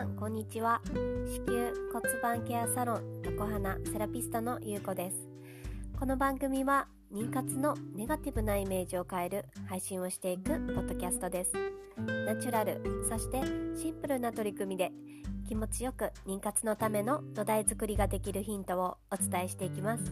さんこんにちは。子宮骨盤ケアサロン横花セラピストのゆうこです。この番組は妊活のネガティブなイメージを変える配信をしていくポッドキャストです。ナチュラル、そしてシンプルな取り組みで気持ちよく妊活のための土台作りができるヒントをお伝えしていきます。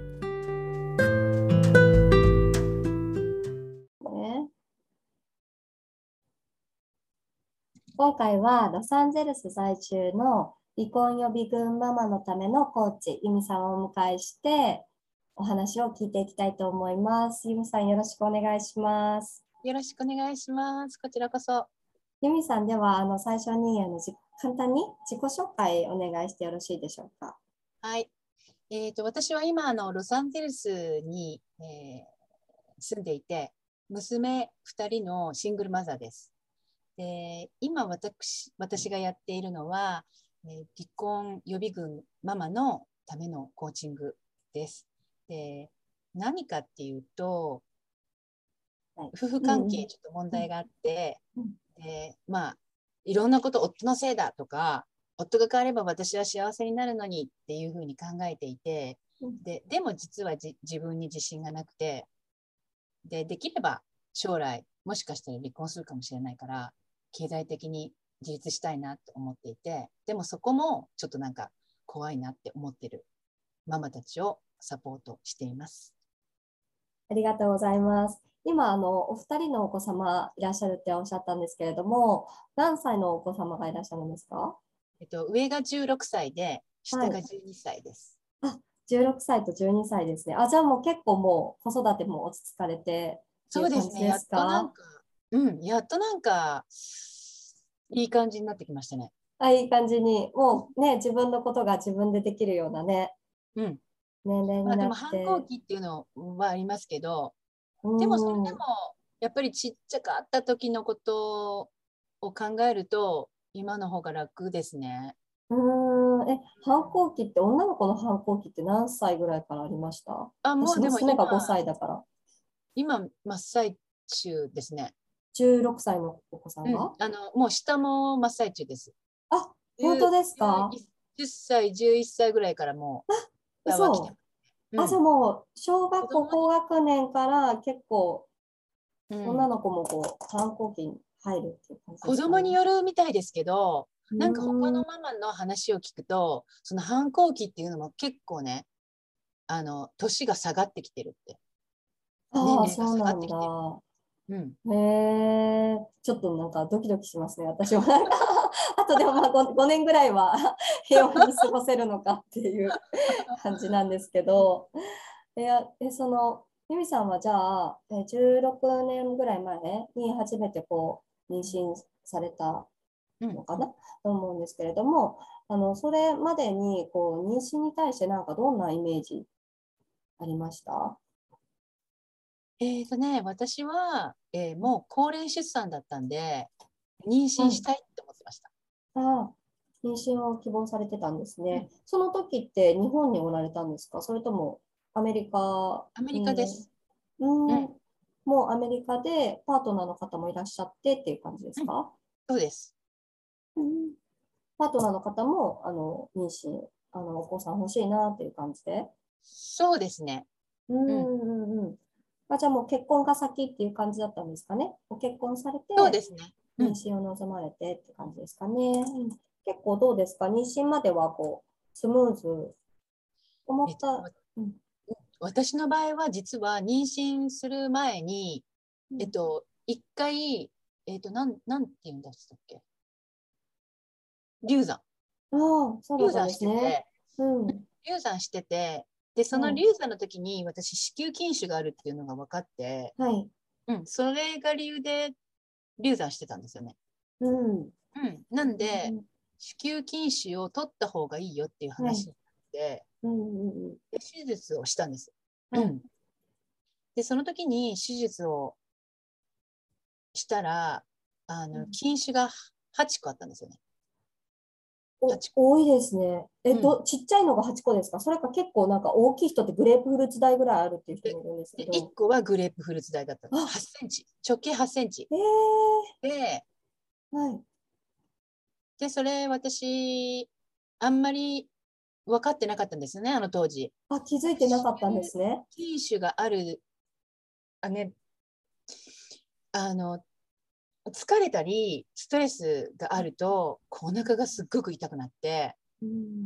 今回はロサンゼルス在住の離婚予備軍ママのためのコーチ、ユミさんをお迎えしてお話を聞いていきたいと思います。ユミさん、よろしくお願いします。 よろしくお願いします。こちらこそ。 ユミさん、では最初に簡単に自己紹介お願いしてよろしいでしょうか。 はい。私は今ロサンゼルスに、住んでいて、娘2人のシングルマザーです。で今私がやっているのは、離婚予備軍ママのためのコーチングです。で何かっていうと、夫婦関係ちょっと問題があって、でいろんなこと、夫のせいだとか、夫が変われば私は幸せになるのにっていうふうに考えていて、でも実は自分に自信がなくて、できれば将来もしかしたら離婚するかもしれないから、経済的に自立したいなと思っていて、でもそこもちょっとなんか怖いなって思ってるママたちをサポートしています。 ありがとうございます。今お二人のお子様いらっしゃるっておっしゃったんですけれども、何歳のお子様がいらっしゃるんですか？ 上が16歳で下が12歳です。 はい、16歳と12歳ですね。じゃあもう結構もう子育ても落ち着かれてっていう感じですか？ やっとなんかいい感じになってきましたね。 いい感じに、もうね、自分のことが自分でできるようなね、年齢になって。 でも反抗期っていうのはありますけど、でもそれでもやっぱりちっちゃかった時のことを考えると今の方が楽ですね。 反抗期って、女の子の反抗期って何歳ぐらいからありました？ もうでも娘が5歳だから。 今真っ最中ですね。 16歳のお子さんが、 もう下も真っ最中です。 本当ですか ？10歳、11歳ぐらいからもう下は来てます。じゃあもう小学校高学年から結構女の子も反抗期に入るっていう感じですかね。 子供によるみたいですけど、なんか他のママの話を聞くと、その反抗期っていうのも結構ね、年が下がってきてるって。年齢が下がってきてる。 ちょっとなんかドキドキしますね、私は。あとでも5年ぐらいは平和に過ごせるのかっていう感じなんですけど、ユミさんはじゃあ、16年ぐらい前に初めて妊娠されたのかな、と思うんですけれども、それまでに妊娠に対してなんかどんなイメージありました？ 私は、もう高齢出産だったんで、妊娠したいって思ってました。 妊娠を希望されてたんですね。その時って日本におられたんですか？それともアメリカに？アメリカです。 もうアメリカでパートナーの方もいらっしゃってっていう感じですか？ そうです。 パートナーの方も妊娠、お子さん欲しいなっていう感じで。 そうですね。 じゃあもう結婚が先っていう感じだったんですかね。ご結婚されて、 そうですね。 妊娠を望まれてって感じですかね。結構どうですか？妊娠まではスムーズ思った、 私の場合は実は妊娠する前に、一回、なんて言うんだったっけ、流産。流産してて、流産してて、で、その流産の時に私、子宮筋腫があるっていうのが分かって、それが理由で流産してたんですよね。なんで、子宮筋腫を取った方がいいよっていう話になって、で手術をしたんです。で、その時に手術をしたら、筋腫が8個あったんですよね。 多いですね。ちっちゃいのが8個ですか？それか結構なんか大きい人ってグレープフルーツ大ぐらいあるっていう人もいるんですけど。 1個はグレープフルーツ大だった。8センチ。直径8センチ。で、 で、それ私、あんまり分かってなかったんですよね、あの当時。 あ、気づいてなかったんですね。 筋腫がある、ね、あの、疲れたり、ストレスがあると、お腹がすっごく痛くなって、 うん、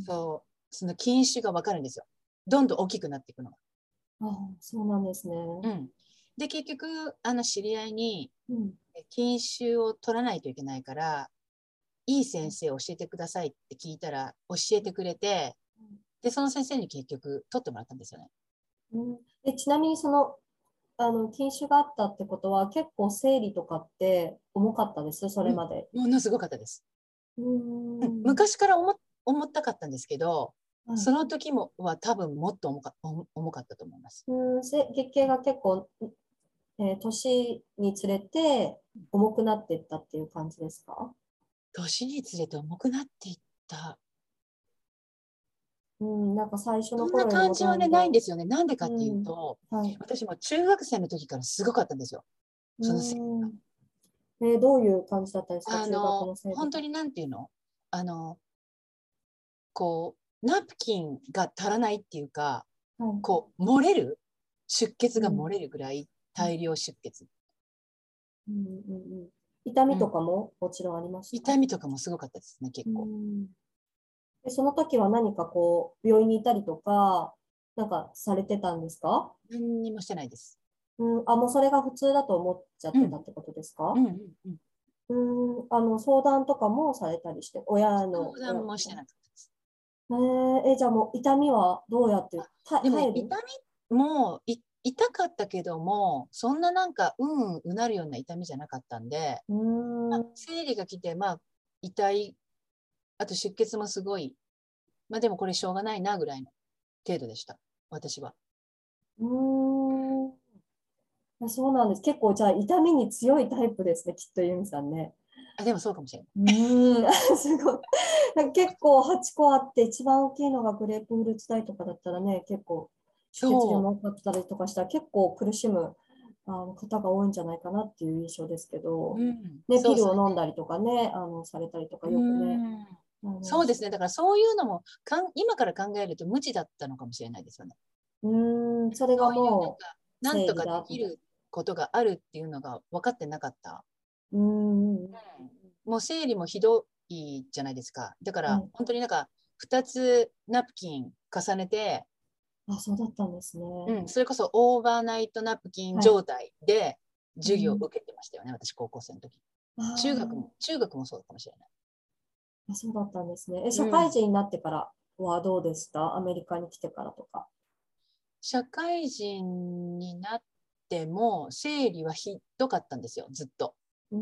その筋腫が分かるんですよ。どんどん大きくなっていくのが。 あ、そうなんですね。 うん。で、結局、知り合いに、 うん、 筋腫を取らないといけないから、いい先生を教えてくださいって聞いたら、教えてくれて、で、その先生に結局取ってもらったんですよね。 うん、ちなみに禁酒があったってことは、結構生理とかって重かったです、そうん。 れまで。 ものすごかったです。 ううん、 ん、 昔から思ったかったんですけど、 はい。 その時もは多分もっと重かったと思います。 月経が結構、年につれて重くなっていったっていう感じですか？ 年につれて重くなっていった。 うん、なんか最初のそんな頃よりも感じはね、ないんどんどですよね。なんでかっていうん、うん、 と、 はい。 私も中学生の時からすごかったんですよ。そのせいうん、どういう感じだったんですか、中学の生理が。 本当になんていうのナプキンが足らないっていうか、 はい。 漏れる出血うん、 が漏れるぐらい大量出血。 うん、うん、うん。痛みとうん。 かももちろんありました？ 痛みとかもすごかったですね、結う構。 ん。で、その時は何か病院にいたりとか、なんかされてたんですか？ 何にもしてないです。 うん、あ、もうそれが普通だと思っちゃっうん。 てたってことですか？ うんうんうん。 相談とかもされたりして、 相談もして親とかに。 なかったです。 じゃあもう痛みはどうやってでもね、 耐える？ 痛みも痛かったけども、そんななんか、うなるような痛みじゃなかったんで、 うーん、 生理が来て、痛い、あと出血もすごい、でもこれしょうがないなぐらいの程度でした、私は。 うーん。そうなんです。結構じゃあ痛みに強いタイプですね、きっとユミさんね。 でもそうかもしれない。 すごい。なんか結構8個あって一番大きいのがグレープフルーツ大とかだったらね、結構出血量そも多かったりとかしたら結構苦しむ方が多いんじゃないかなっていう印象ですけう。 ど、 うん。 ね、ピそう、それで。 ルを飲んだりとかね、されたりとかうよくね、 ん。 しそうですね。だからそういうのも今から考えると無知だったのかもしれないですよね。 それがそういうもうなんとかで生理だ、みたいきることがあるっていうのが分かってなかった。 な。 もう生理もひどいじゃないですか。だからはい。 本当になんか2つナプキン重ねて、 あ、そうだったんですね。 それこそオーバーナイトナプキンはい。 状態で授業をうん、 受けてましたよね、私高校生の時。 あ中学もそうかもしれない。 そうだったんですね。社会うん。 人になってからはどうでした？アメリカに来てからとか。 社会人になっても生理はひどかったんですよ、ずっと。 うん。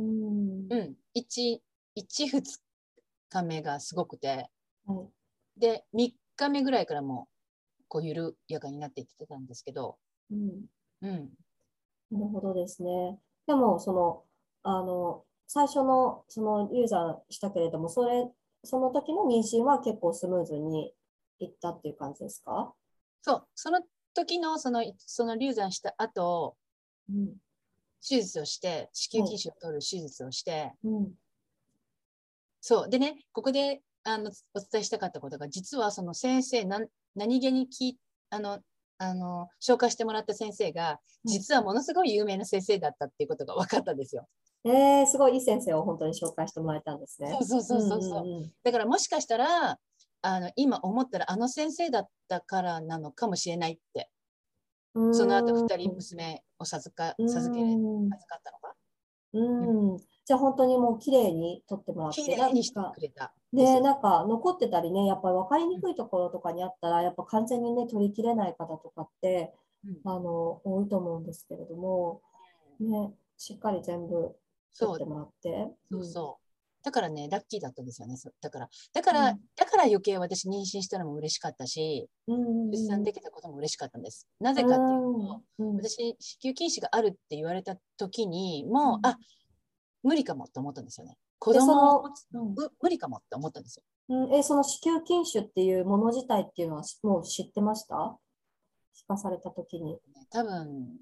1、2日目がすごくて、 はい。 で、3日目ぐらいからもう、緩やかになっていってたんですけど、 うん。 うん。 なるほどですね。でも、最初の、流産したけれども、その時の妊娠は結構スムーズにいったっていう感じですか？ そう、その時のその流産した後、 うん。 手術をして、子宮はい。 筋腫を取る手術をして、 うん。 そう、でね、ここでお伝えしたかったことが、実はその先生、何気にあの、紹介してもらった先生が、 はい。 実はものすごい有名な先生だったっていうことが分かったんですよ。 すごいいい先生を本当に紹介してもらえたんですね。 そうそううんそうそうそう。 うんうん。 だからもしかしたら、今思ったらあの先生だったからなのかもしれないって、 うその後ー 2人ん。 娘をうーん。 授かったのか、うん、 うん。じゃあ本当にもう綺麗に撮ってもらって、 綺麗にしてくれたんですね、 よ。 なんか残ってたりね、やっぱり分かりうん、 にくいところとかにあったら、やっぱ完全にね、取り切れない方とかって、 うん、 多いと思うんですけれども、ね、しっかり全部取そう、 ってもらって。うん。 そうそう。だからね、ラッキーだったんですよね。 うん。 だから余計私妊娠したのも嬉しかったし、 う出産ん。 できたことも嬉しかったんです。なうぜかっていうん。 と、 うん。 私、子宮筋腫があるって言われた時に、もう、 うん。 無理かもって思ったんですよね。子で、 供を持つの、 うん。 無理かもって思ったんですよ。 その子宮筋腫っていうもの自体っていうのはもう知ってました？聞かされたときに。 多分、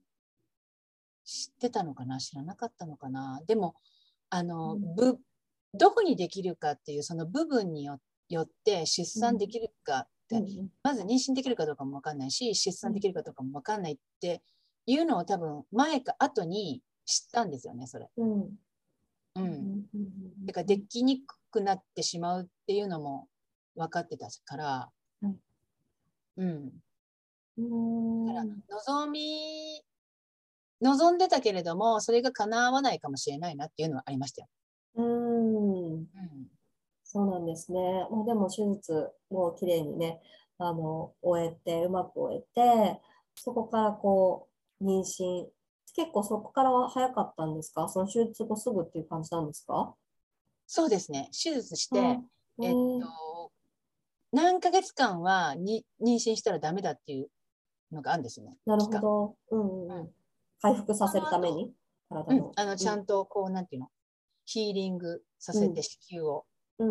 知ってたのかな知らなかったのかなでも、あの、 うん。 どこにできるかっていうその部分によって出産できるかって、まず妊娠できるかどうかも分かんないし、出産できるかどうかも分かんないっていうのを多分前か後に知ったんですよね、それ。だからできにくくなってしまうっていうのも分かってたから、だから望んでたけれども、それが叶わないかもしれないなっていうのはありましたよ。 そうなんですね。まあ、でも手術をきれいにね、終えて、うまく終えて、そこからこう、妊娠、結構そこからは早かったんですか？その手術後すぐっていう感じなんですか？ そうですね。手術して、何ヶ月間は妊娠したらダメだっていうのがあるんですよね。 なるほど。回復させるために体の。ちゃんとこう、なんていうの、ヒーリングさせて子宮を。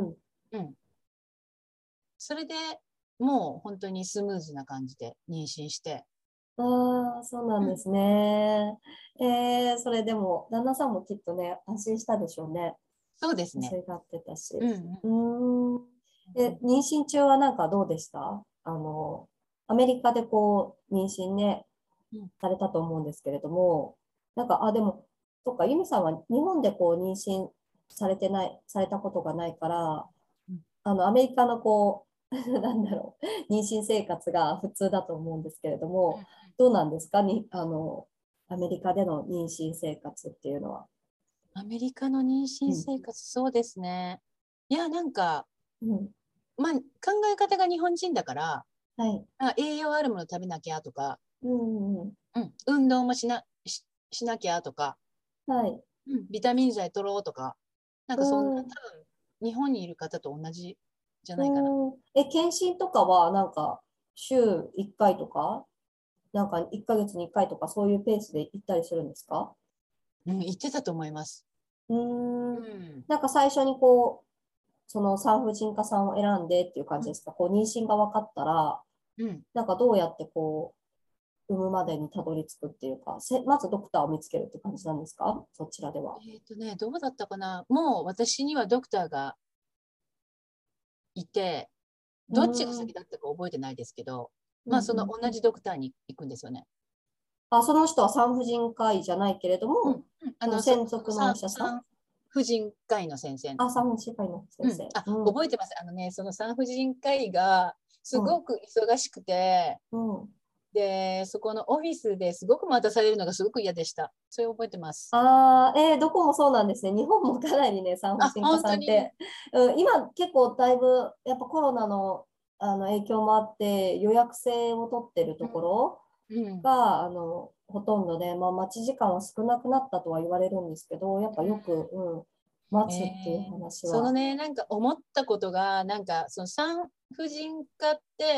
それでもう本当にスムーズな感じで妊娠して。 ああ、そうなんですね。それでも、旦那さんもきっとね、安心したでしょうね。 そうですね。 それがってたし。妊娠中はなんかどうでした？アメリカでこう、妊娠ね、されたと思うんですけれども、なんか、でも、そっか、ユミさんは日本でこう、妊娠されたことがないから、アメリカのこう、なんだろう、妊娠生活が普通だと思うんですけれども、どうなんですかに、アメリカでの妊娠生活っていうのは。 アメリカの妊娠生活、そうですね。いや、なんか、まあ、考え方が日本人だから、栄養あるもの食べなきゃとか、運動もしなきゃとか、ビタミン剤取ろうとか、なんかそんな、多分、日本にいる方と同じじゃないかな。 検診とかは、なんか、週1回とか、なんか1ヶ月に1回とか、そういうペースで行ったりするんですか？ 行ってたと思います。 なんか最初にこう、その産婦人科さんを選んでっていう感じですか？こう、妊娠が分かったら、なんかどうやってこう、産むまでにたどり着くっていうか、まずドクターを見つけるって感じなんですか？そちらでは。 どうだったかな。もう私にはドクターがいて、どっちが先だったか覚えてないですけど、まあその同じドクターに行くんですよね。 その人は産婦人科医じゃないけれども、専属のお医者さん？ 産婦人科医の先生。 産婦人科医の先生。 覚えてます。その産婦人科医がすごく忙しくて、で、そこのオフィスですごく待たされるのがすごく嫌でした。それ覚えてます。 どこもそうなんですね。日本もかなりね、産婦人科さんって。今結構だいぶやっぱコロナの、影響もあって予約制を取ってるところが、ほとんどで、待ち時間は少なくなったとは言われるんですけど、やっぱよく、待つっていう話は。 そのね、なんか思ったことが、なんかその産婦人科って、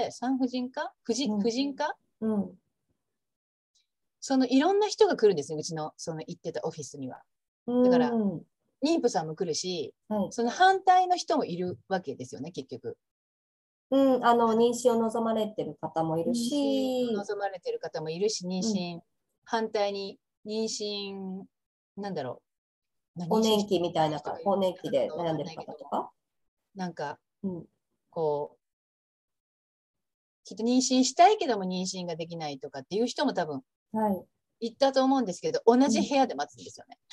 産婦人科婦人科、そのいろんな人が来るんですよ、うちのその行ってたオフィスには。だから、妊婦さんも来るし、その反対の人もいるわけですよね、結局。 妊娠を望まれてる方もいるし、 妊娠を望まれてる方もいるし、妊娠、反対に妊娠、なんだろう。 更年期みたいな、更年期で悩んでる方とか。 なんか、こう、きっと妊娠したいけども妊娠ができないとかっていう人も多分、いったと思うんですけど、同じ部屋で待つんですよね。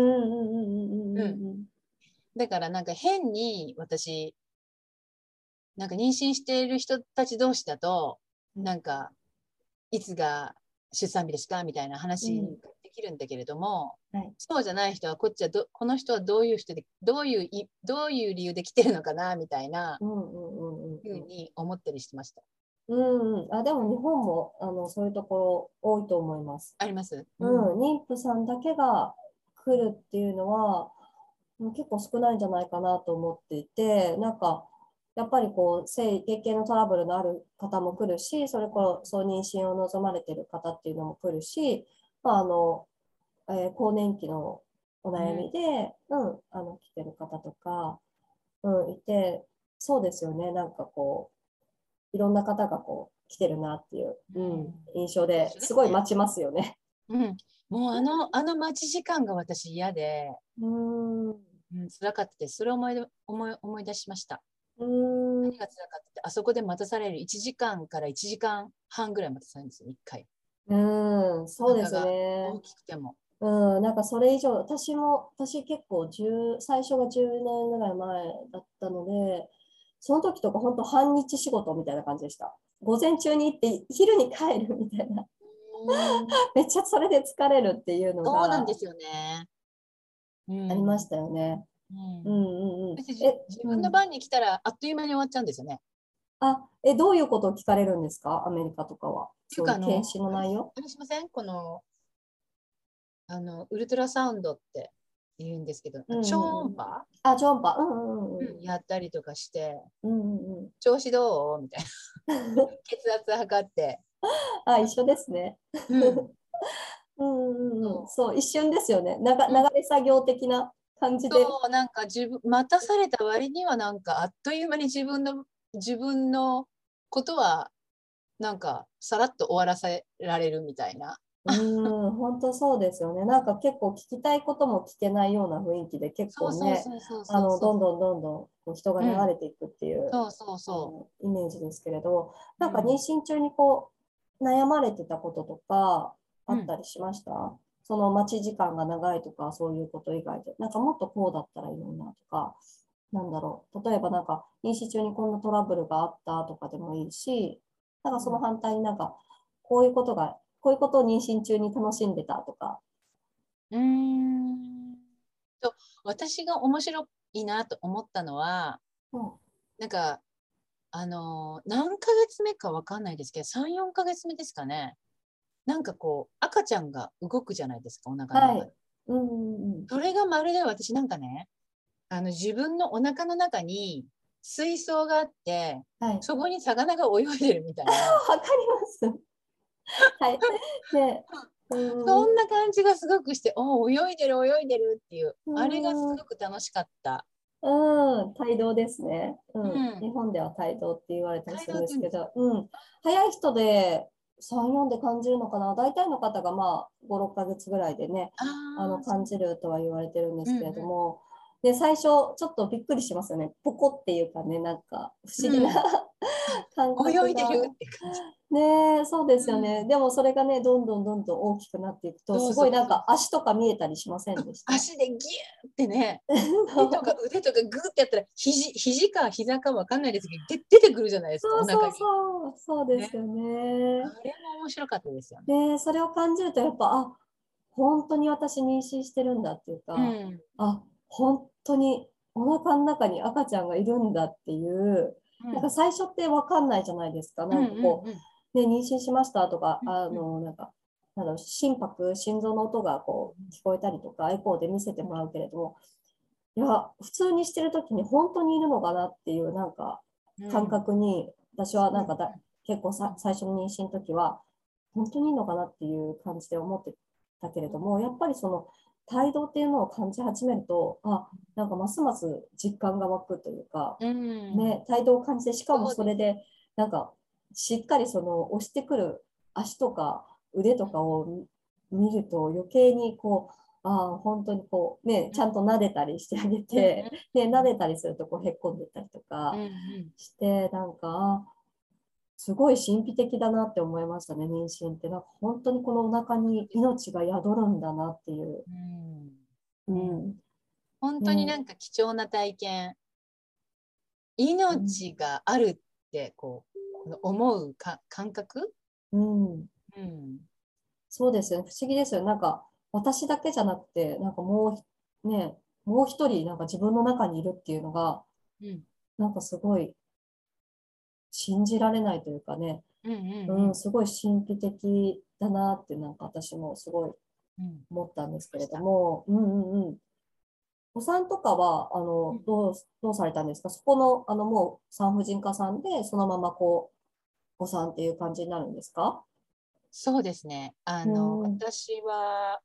だからなんか変に私、なんか妊娠している人たち同士だと、なんか、いつが出産日ですかみたいな話できるんだけれども、そうじゃない人は、こっちはこの人はどういう人で、どういう理由で来てるのかなみたいなふうに思ったりしてました。 でも日本もそういうところ多いと思います。 あります。 妊婦さんだけが来るっていうのは結構少ないんじゃないかなと思っていて、なんかやっぱりこう月経のトラブルのある方も来るし、それこそ妊娠を望まれている方っていうのも来るし、更年期のお悩みで、来てる方とか、いて、そうですよね。なんかこう、いろんな方がこう来てるなっていう、印象ですごい待ちますよね。 もうあの待ち時間が私嫌で、 辛かったです。それを思い出しました。 うん。 何が辛かったって、あそこで待たされる1時間から1時間半ぐらい待たされるんですよ、1回。 うん、 おそうです腹が大ね。 きくても。 うん、なんかそれ以上、私結構最初が10年ぐらい前だったので、その時とか本当半日仕事みたいな感じでした。午前中に行って昼に帰るみたいな。 うん、 めっちゃそれで疲れるっていうのがそうなんですよね。うありましん。 たよね。 ううんん。 うんうん。 そして自分の番に来たらあっという間に終わっちゃうんですよね。っどういうことを聞かれるんですかアメリカとかは。 ていうか、 そういう検視の内容。 あれしませんウルトラサウンドって言うんですけど、 うん超うんうん。 音波、 あ、ジョンパ。うんうんうん。 やったりとかして、 うんうんうん。 調子どうみたいな。血圧測って。 あ、一緒ですね。 うん。 うんうんうん。 そそう、一瞬ですよね。 う。うん。 流れ作業的な感じで。 そう、なんか待たされた割にはなんかあっという間に自分のことはなんかさらっと終わらせられるみたいな。 うん、本当そうですよね。なんか結構聞きたいことも聞けないような雰囲気で結そう構ね、 そうそうそうそうそう。 どんどんどんどんこう人がうん。 流れていくっていうそうそうそイメージですけれど、 う。 なんか妊うん。 娠中にこう悩まれてたこととかあうん。 ったりしました？その待ち時間が長いとかそういうこと以外で、なんかもっとこうだったらいいのになとか、なんだろう、例えばなんか妊娠中にこんなトラブルがあったとかでもいいし、なんかその反対になんかこういうことを妊娠中に楽しんでたとか。 うーんと、私が面白いなと思ったのは、 うん、 なんか、何ヶ月目かわかんないですけど、3、4ヶ月目ですかね。なんかこう、赤ちゃんが動くじゃないですか、お腹の中で。 はい。うんうんうん。 それがまるで私なんかね、自分のお腹の中に水槽があって、 はい。 そこに魚が泳いでるみたいな、 わかります。はい。で、うん。 そんな感じがすごくして、泳いでる泳いでるっていう、 うあれがすん。 ごく楽しかった。 うん、帯同ですね。ううん。日ん。 本では帯同って言われたり態するん度って言うんですよ。 ですけど、うん。早い人で3、4で感じるのかな。大体の方がまあ5、6ヶ月ぐらいでね、 ああ、そう。 感じるとは言われてるんですけれどうんうも、で、最初ちょっとびっくりしますよね。ポコっていうかね、なんか不思議なん。うん。 感覚が。 泳いでるって感じ。 ねえ、そうですよね。 うん。 でもそれがね、どんどんどんどん大きくなっていくと、 そうすごいなんそうそう。 か足とか見えたりしませんでした？ 足でギューってね、手とか腕とかグーってやったら、肘か膝かわかんないですけど、出てくるじゃないですか、おそうそう腹に。 そう、そうでね。 すよあね。 れも面白かったですよね。 で、それを感じると、やっぱ、本当に私妊娠してるんだっていうか、 うん。 本当にお腹の中に赤ちゃんがいるんだっていう、なんかうん。 最初ってわかんないじゃないですか。 うんなんかこうんう、ね、妊娠しましたとか、 うんうんなんか、なんだろう、心臓の音がこう聞こえたりとか、エコーで見せてもらうけれども、いや、普通にしてる時に本当にいるのかなっていう、なんか、感うん。 覚に、私はなんか結構うん最初の妊娠の時は、本当にいいのかなっていう感じで思ってたけれども、やっぱりその、態度っていうのを感じ始めると、なんかますます実感が湧くというか、 うん。 ね、態度を感じて、しかもそうです。 それで、なんか、しっかりその、押してくる足とか腕とかを見ると、余計にこう、本当にこう、ね、ちゃんと撫でたりしてあげうんうんて、ね、撫でたりするとこうへっこんでたりとかうんうんして、なんか、すごい神秘的だなって思いましたね、妊娠って。なんか本当にこのお腹に命が宿るんだなっていう。 うんううん。 ん。 本当になね。 んか貴重な体験、 うん。 命があるってこの思う感覚、 うん。 うん、 そうですよね。不思議ですよね。なんか、私だけじゃなくて、なんかもう一人、なんか自分の中にいるっていうのが、 うん、 なんかすごい信じられないというかね、 うん、うん、ううん、 ん、 すごい神秘的だなって、なんか私もすごいうん、 思ったんですけれどました。 も、うんうんうん。お産とかは、 うん、 どうされたんですか？そこの、もう産婦人科さんで、そのままこう、お産っていう感じになるんですか？ そうですね。 うん。 私は、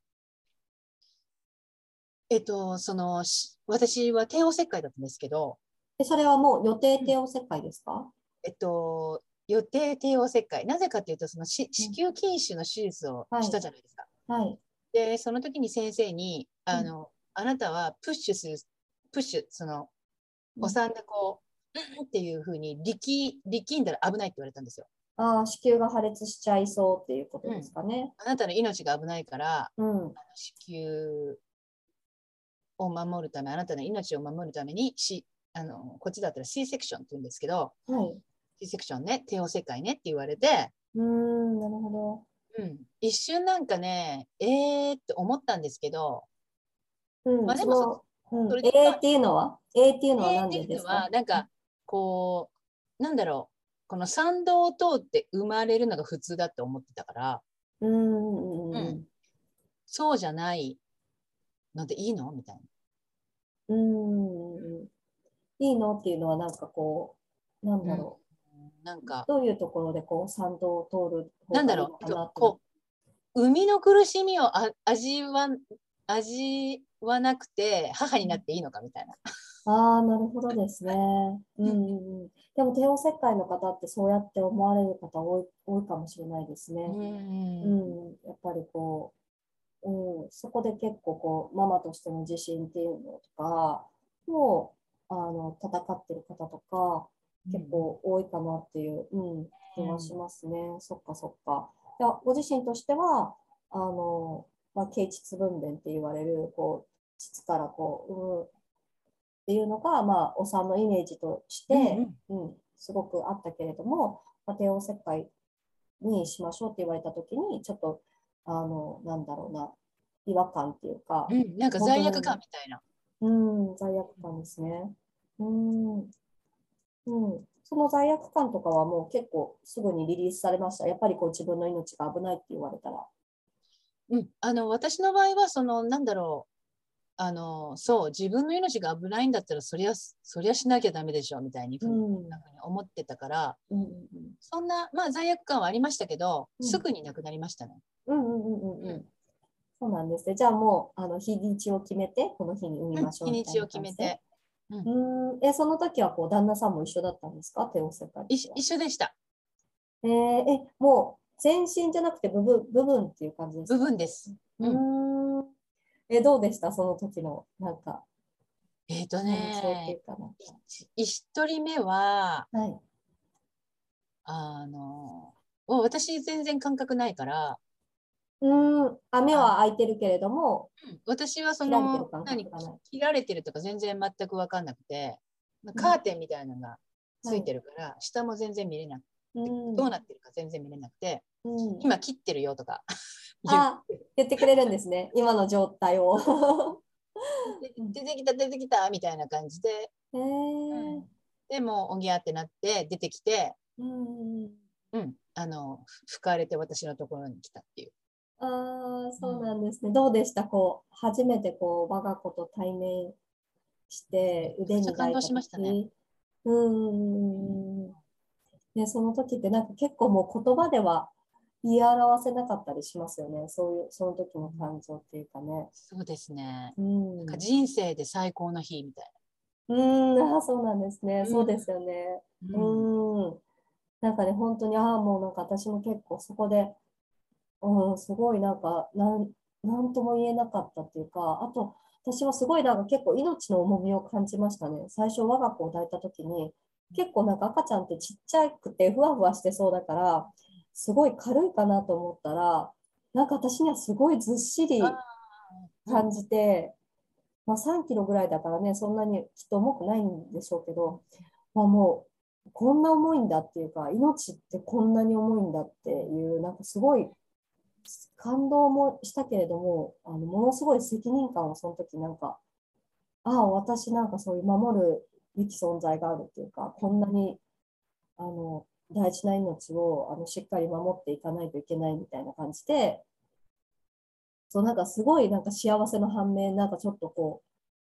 私は帝王切開だったんですけど、 それはもう予定うん、 帝王切開ですか？ 予定帝王切開。なぜかというと、子うん。 宮筋腫の手術をしたはい。 じゃないですか。 はい。 で、その時に先生に、 うん。 あなたはプッシュ、お産でこう、うんっていうふうに力んだら危ないって言われたんですよ。 ああ、子宮が破裂しちゃいそうっていうことですかね。 あなたの命が危ないから、 うん。 子宮を守るため、あなたの命を守るために、こっちだったら C セクションって言うんですけど、 はい。 C セクションね、帝王切開ねって言われて、 なるほ一瞬なんかね、って思ったんですけど、 ど。うん、 まあでもそれで、 A っていうのは ?A っていうのは何っていうのは、 でですか？ なんか、こう、なんだろう、この産道を通って生まれるのが普通だって思ってたから、そうじゃないのでいいのみたいな。 いいのっていうのはなんかこう、なんだろなんか、 どういうところでこう参道を通る方がいいのなんだろう、 かなって。 こう、生みの苦しみを味わなくて、母になっていいのかみたいな。 ああ、なるほどですね。でも帝王切開の方ってそうやって思われる方多いかもしれないですね。やっぱりこそこで結構こうママとしての自信っていうのとかを戦ってる方とか結構多いかなっていう、気がしますね。そっかそっか。いや、ご自身としては経腟分娩って言われるこう腟からこう産むっていうのが、お産のイメージとして、すごくあったけれども、帝王切開にしましょうって言われた時にちょっとなんだろうな、違和感っていうか、 なんか罪悪感みたいな。 罪悪感ですね。その罪悪感とかはもう結構すぐにリリースされました。やっぱりこう自分の命が危ないって言われたら。 私の場合は、なんだろう、そう、自分の命が危ないんだったら、そりゃしなきゃダメでしょ、みたいに思ってたから、そんな、罪悪感はありましたけど、すぐになくなりましたね。 そうなんですね。じゃあもう、日にちを決めて、この日に産みましょうみたいな感じで。その時はこう旦那さんも一緒だったんですか？帝王切開。 一緒でした。 もう全身じゃなくて部分っていう感じですか？ 部分です。 どうでしたその時の、なんか、 一人目は、私全然感覚ないから、 目は開いてるけれども、 私は切られてるとか全然全く分かんなくて、カーテンみたいなのがついてるから、下も全然見れなくて、どうなってるか全然見れなくて、今切ってるよとか言ってくれるんですね、今の状態を。 出てきたみたいな感じで、でもおぎゃってなって出てきて、吹かれて私のところに来たっていう。 そうなんですね。どうでしたこう初めてこう我が子と対面して腕に抱いた時。その時ってなんか結構もう言葉では言い表せなかったりしますよね。その時の感情っていうかね。 そうですね。なんか人生で最高の日みたいな。そうなんですね。そうですよね。なんかね、本当に、もうなんか私も結構そこで、すごいなんか、なんとも言えなかったっていうか、あと、私はすごいなんか結構命の重みを感じましたね。最初我が子を抱いた時に、結構なんか赤ちゃんってちっちゃくてふわふわしてそうだから、すごい軽いかなと思ったら、なんか私にはすごいずっしり感じて、3キロぐらいだからね、そんなにきっと重くないんでしょうけど、もうこんな重いんだっていうか、命ってこんなに重いんだっていう、なんかすごい感動もしたけれども、ものすごい責任感をその時なんか、私なんかそういう守るべき存在があるっていうか、こんなに大事な命をしっかり守っていかないといけないみたいな感じで、そうなんかすごいなんか幸せの反面、なんかちょっとこ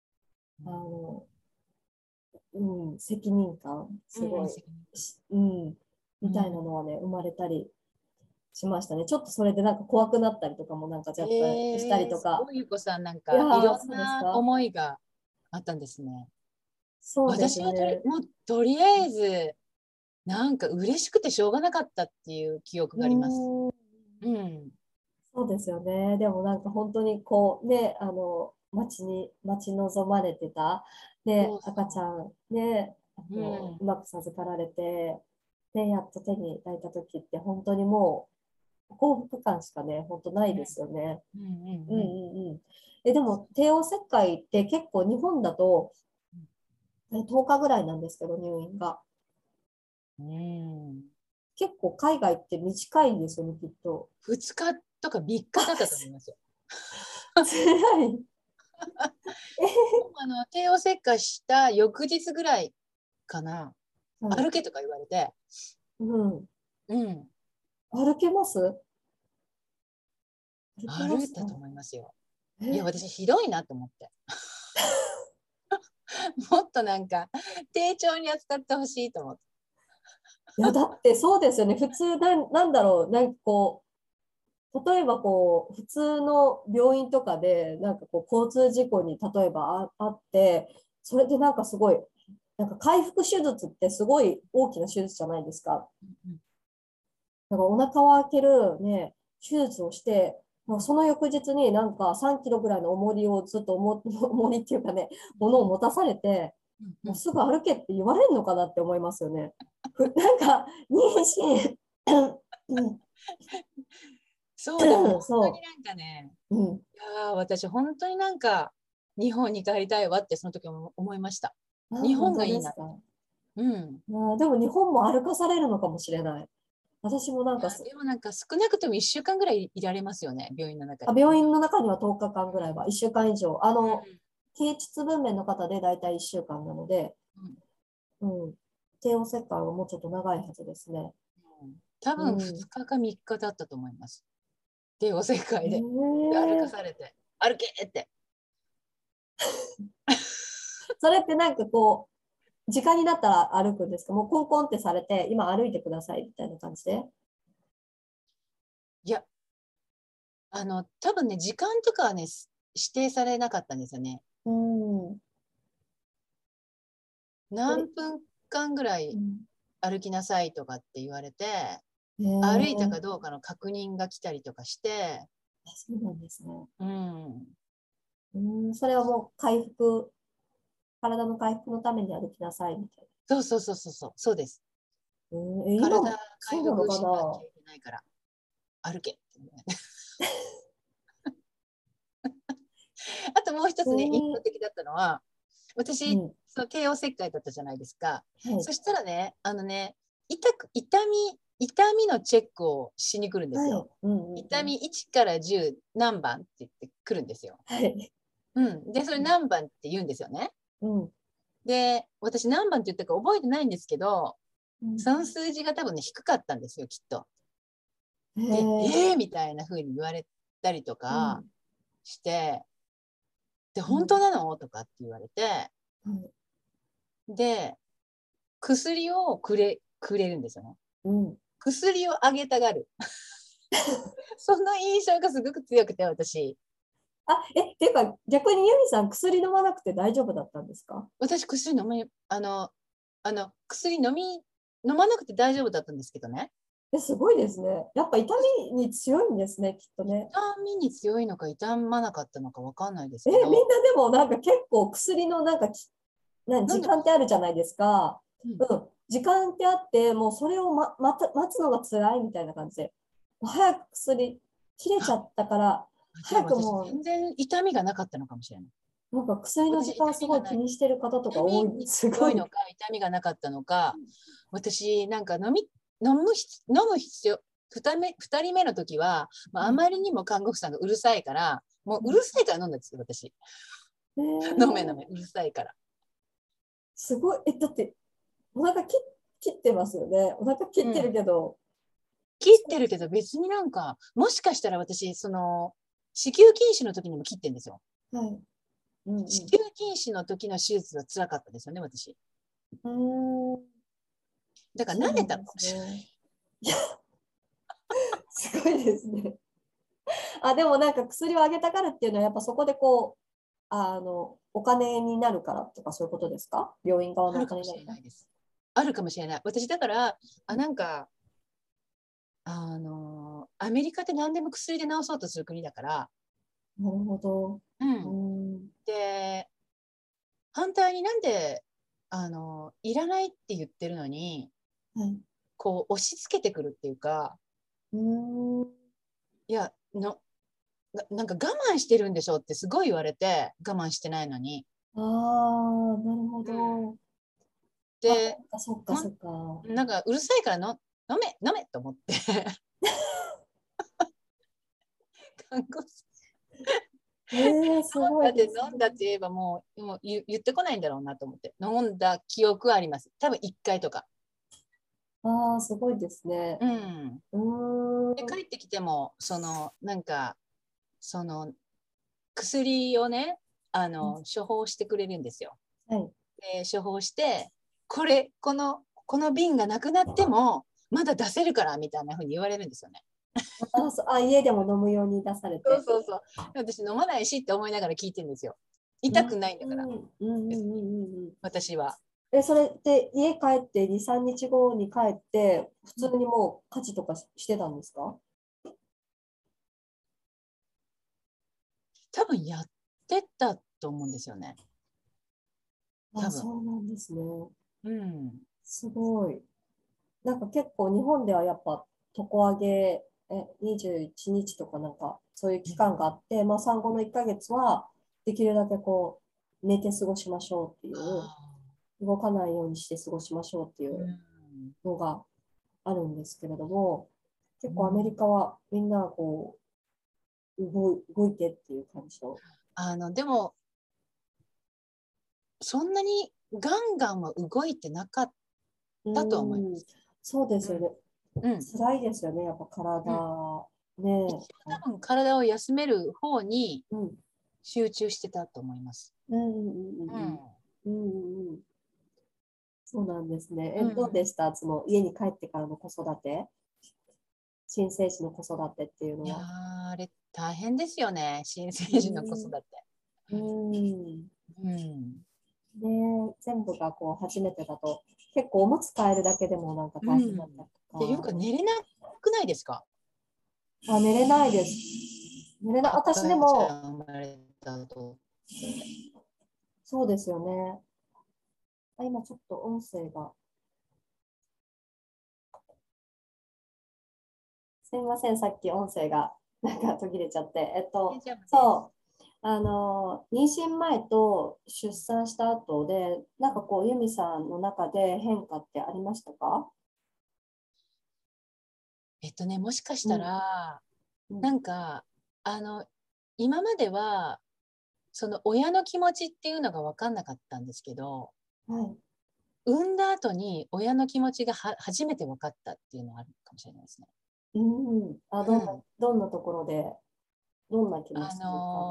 う、責任感、すごい、みたいなのはね、生まれたりしましたね。ちょっとそれでなんか怖くなったりとかもなんか若干したりとか。 ゆうこさんなんかいろんな思いがあったんですね。 そうですね。 私はもうとりあえずなんか嬉しくてしょうがなかったっていう記憶があります。 そうですよね。でもなんか本当にこうね、 待ち望まれてた、で、 そうそう赤ちゃんで、 うんうまく授かられて、で、やっと手に抱いた時って、本当にもう幸福感しかね、本当ないですよね。 うんううんうんうんんうん。でも、帝王切開って結構日本だと10日ぐらいなんですけど、入院が。 うん結構海外って短いんですよね、きっと。 2日とか3日だったと思いますよ。 辛い。 帝王切開した翌日ぐらいかな、 はい。 歩けとか言われて、 うん。 うん、 歩けます？歩けますか？ 歩いたと思いますよ。いや、 え、 私ひどいなと思って。もっとなんか、丁重に扱ってほしいと思って。 いや、だってそうですよね。普通なんだろう。なんかこう、例えばこう、普通の病院とかで、なんかこう、交通事故に例えばあって、それでなんかすごい、なんか回復手術ってすごい大きな手術じゃないですか。 うんなんかお腹を開けるね、手術をして、まあその翌日になんか3キロぐらいの重りをずっと重りっていうかね、ものを持たされて、 うんうん。 もうすぐ歩けって言われるのかなって思いますよね。なんか、妊娠、うんそうだ、もう本当にそなんかね、 う、うん。 いやー、私本当になんか、日本に帰りたいわってその時も思いました。 あ、 日本本がいいな。 当ですか。 うん。 まあ、でも日本も歩かされるのかもしれない。私もなんかでもなんか少なくとも1週間ぐらいいられますよね、病院の中に。 病院の中には10日間ぐらいは、 う 1週間以上。 ん経腟分娩の方でだいたい1週間なので、 うんうん。帝王切開はもうちょっと長いはずですね。 多分うん。 2日か3日だったと思います。帝王切開で。で歩かええ、 されて、歩けって。 それってなんかこう、時間になったら歩くんですか？もうコンコンってされて、今歩いてくださいみたいな感じで。 いや、多分ね、時間とかはね、指定されなかったんですよね。 うん。で、 何分間ぐらいうん、 歩きなさいとかって言われて、歩いたかええ、 どうかの確認が来たりとかして、 あ、そうなんですね。 うん。 うん、それはもう回復、体の回復のために歩きなさいみたいそうそうそうそうそう、そうです。 な。うん、今体もそ回うなのか復しなきゃな？ いけないから、歩けって、ね。あともう一つね、印象的だったのは、私、 うん、 その帝王切開だったじゃないですか。 はい、 そしたらね、痛みのチェックをしに来るんですはい、 よ。 うん、うん、うん、 痛み1から10何番って言って来るんですよ。 はい、 うん。で、それ何番って言うんですよね。 うん、 で、私何番って言ったか覚えてないんですけど、 うん、 その数字が多分ね、低かったんですよ、きっと。 へで、 え、 みたいな風に言われたりとかうん、 して、で、 うん、 本当なのとかって言われて、 はい、 で、薬をくれるんですよね。 うん。 薬をあげたがる。その印象がすごく強くて、私。 あ、っていうか、逆にユミさん、薬飲まなくて大丈夫だったんですか？ 私、薬飲み、薬飲まなくて大丈夫だったんですけどね。 すごいですね。やっぱ痛みに強いんですね、きっとね。 痛みに強いのか痛まなかったのかわかんないですみんけど、 なでもなんか結構薬のなんかなんでか、 時間ってあるじゃないですか。 うん、 うん。時間ってあって、もうそれを待つのが辛いみたいな感じで。早く薬切れちゃあ、 ったから、早くじゃあ私も全然痛みがなかったのかもしれない。 う、なんか薬の私、 時間すごい気にしてる方とか痛み多い。 にすごい。 強いのか、痛みがなかったのか、私、なんか飲む必要、二人目の時は、まあ、あまりにも看護婦さんがうるさいから、もううるさいから飲んだんですよ、私。飲め、うるさいから。 すごい。だって、お腹切ってますよね。お腹切ってるうん。 けど。 切ってるけど、別になんか、もしかしたら私、子宮筋腫の時にも切ってんですよ。 はい。うん子う宮筋腫の時の手術は辛かったですよね、私。 ん。 だから慣れそうなんでたのかもしれない。 すね。すごいですね。あ、でもなんか薬をあげたからっていうのは、やっぱそこでこう、お金になるからとかそういうことですか？病院側のおあるかもし金になるから。 れないです。あるかもしれない。私だから、なんか、アメリカって何でも薬で治そうとする国だから、 なるほど。 ううん。 で、反対になんでいらないって言ってるのに、 はい。 こう押し付けてくるっていうか、いやなんか我慢してるんでしょってすごい言われて、我慢してないのに。 ああ、なるほうん、 ど。あ、 で、 そっかそっか。 なんかうるさいから飲めと思って看護師すごだっていですね。 飲んだって言えばもう言ってこないんだろうなと思って、飲んだ記憶はあります。多分1回とか。 ああ、すごいですね。 うん。で、 ん。 帰ってきても、なんか、その、薬をね、処方してくれるんですよ。 はい。 で、処方して、この瓶がなくなっても、まだ出せるからみたいな風に言われるんですよね。 家でも飲むように出されて。 そうそうそう。私飲まないしって思いながら聞いてるんですよ。 うん、 痛くないんだから、 うん、うん、うん、 別に、 うん。 私は。 それって家帰って2、3日後に帰って、普通にもう家事とかしてたんですか？ 多分やってたと思うんですよね。多あ、 分。 そうなんですね。 うん。 すごい。なんか結構日本ではやっぱ床上げ21日とかなんかそういう期間があって、まあ、産後の1ヶ月はできるだけこう寝て過ごしましょうっていう、 あ動かないようにして過ごしましょうっていー、ううん。 のがあるんですけれども、結構アメうん。 リカはみんなこう動いてっていう感じの。 でも、そんなにガンガンは動いてなかっうたとは思いまん、 す。 そうでうん。 すよね。 うん。 辛いですよね、やっぱうん。 体。ね。 一番多分体を休める方にうん。 集中してたと思います。 うんうんうんうん。 うん。うんうん。そうなんですね。 うん。 どうでしたその家に帰ってからの子育て、新生児の子育てっていうのいやー、 は。 あれ大変ですよね。新生児の子育て。 うん。うん。 うん。 で、全部がこう初めてだと、結構おむつ替えるだけでもなんかうん。 大変だったりっていうか、 と寝れなくないですか？ か。寝れないです。寝れない。私で赤ちゃも、 ん生まれた後って。 そうですよね。今ちょっと音声が、すみません、さっき音声がなんか途切れちゃって。 大丈夫です。 そう、妊娠前と出産した後で、なんかこう、ユミさんの中で変化ってありましたか？ もしかしたうん、 ら、 うん、 なんか、あの、今までは、その親の気持ちっていうのが分かんなかったんですけど、 はい。 産んだ後に親の気持ちが初めて分かったっていうのはあるかもしれないですね。 うん、 うん。 どんなところで、どんな気持あちというか。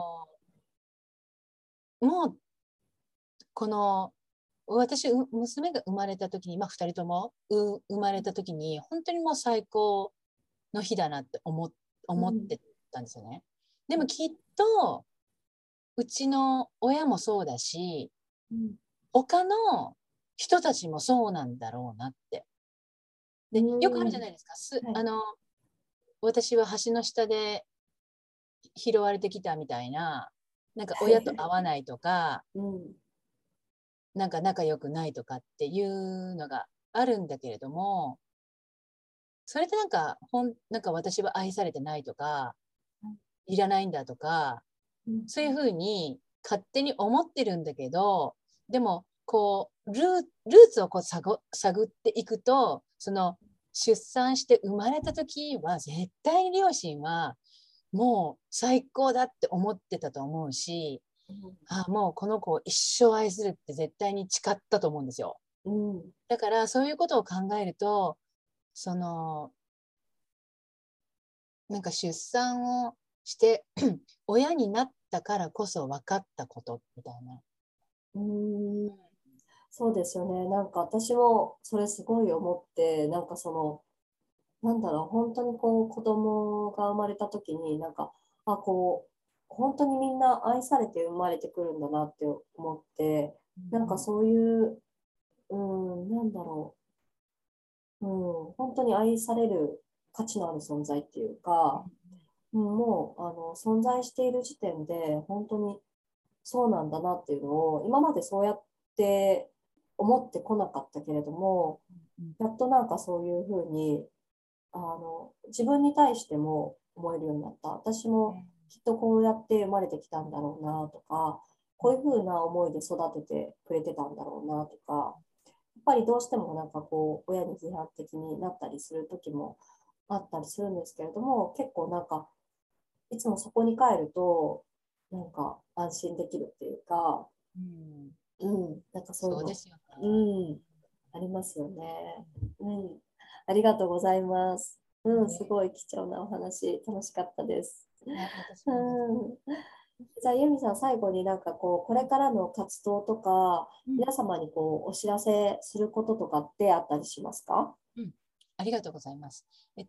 もう、この、娘が生まれた時に、まあ、2人とも生まれた時に、本当にもう最高の日だなってうん、 思ってたんですよね。でもきっと、うちの親もそうだし、 うん、 他の人たちもそうなんだろうなって。 うで、よくあるん、 じゃないですか。 はい。 私は橋の下で拾われてきたみたいな、なんか親と会わないとか、 うん、 なんか仲良くないとかっていうのがあるんだけれども、それってなんか私は愛されてないとか、いらないんだとか、 うん、 そういうふうに勝手に思ってるんだけど、でも、こう、ルーツをこう探っていくと、出産して生まれた時は、絶対に両親は、もう最高だって思ってたと思うし、もうこの子を一生愛するって絶対に誓ったと思うんですよ。 うん、 だからそういうことを考えると、その、なんか出産をして親になったからこそ分かったことみたいな。 うん。そうですよね。なんか私もそれすごい思って、なんかその、なんだろう、本当にこう子供が生まれた時に、なんか、こう、本当にみんな愛されて生まれてくるんだなって思って、なんかそういう、なんだろう、本当に愛される価値のある存在っていうか、もう存在している時点で、本当にそうなんだなっていうのを今までそうやって思ってこなかったけれども、やっとなんかそういうふうに自分に対しても思えるようになった。私もきっとこうやって生まれてきたんだろうなとか、こういうふうな思いで育ててくれてたんだろうなとか、やっぱりどうしてもなんかこう親に批判的になったりする時もあったりするんですけれども、結構なんかいつもそこに帰るとなんか安心できるっていうか、なんかそういうの、 そうですよね。 ありますよね。ありがとうございます。すごい貴重なお話、楽しかったです。 私もです。 じゃあ、ユミさん、最後になんかこれからの活動とか、皆様にお知らせすることとかってあったりしますか？ ありがとうございます。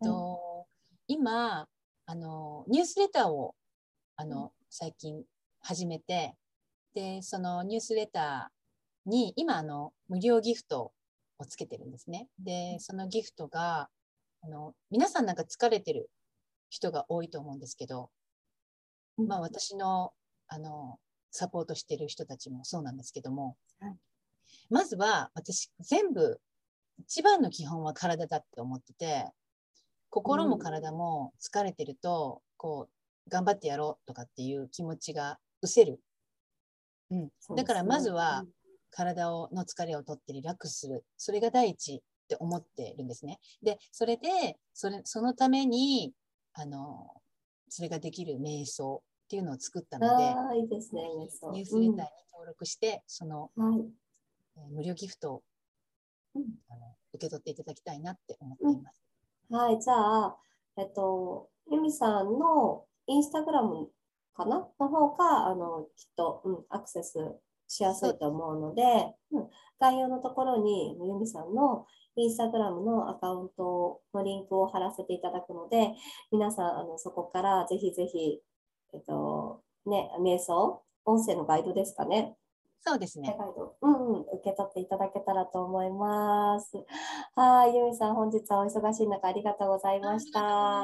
今、ニュースレターを最近始めて、で、そのニュースレターに今無料ギフトをつけてるんですね。で、そのギフトが皆さんなんか疲れてる人が多いと思うんですけど、私のサポートしてる人たちもそうなんですけども、まずは私全部一番の基本は体だって思ってて、心も体も疲れてると頑張ってやろうとかっていう気持ちが失せる。だからまずは体の疲れを取ってリラックスする、それが第一って思ってるんですね。でそのためにそれができる瞑想っていうのを作ったので、 いいですね、 ニュースレターに登録して、その、無料ギフトを受け取っていただきたいなって思っています。 はい、じゃあ、ユミさんのインスタグラムかなの方がきっと、アクセスしやすいと思うので、概要のところにユミさんのインスタグラムのアカウントのリンクを貼らせていただくので、皆さんそこからぜひぜひ、瞑想、音声のガイドですかね。 そうですね。 受け取っていただけたらと思います。はい、ユミさん、本日はお忙しい中ありがとうございました。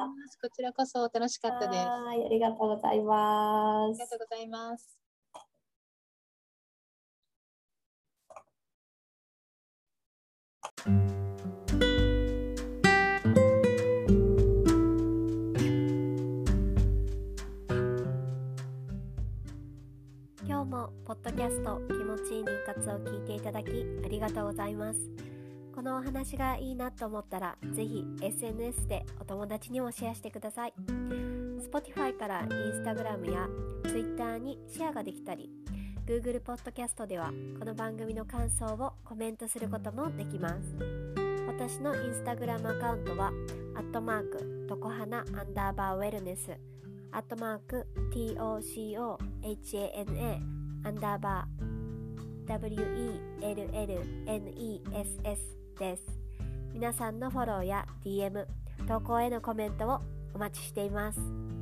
こちらこそ楽しかったです。 はい、ありがとうございます。 ありがとうございます。 今日もポッドキャスト気持ちいい妊活を聞いていただきありがとうございます。このお話がいいなと思ったらぜひ SNS でお友達にもシェアしてください。 Spotify から Instagram や Twitter にシェアができたり、 Google ポッドキャストではこの番組の感想をコメントすることもできます。私の Instagram アカウントはトコハナ_ウェルネス@TOCOHANA WELLNESS です。皆さんのフォローや DM、投稿へのコメントをお待ちしています。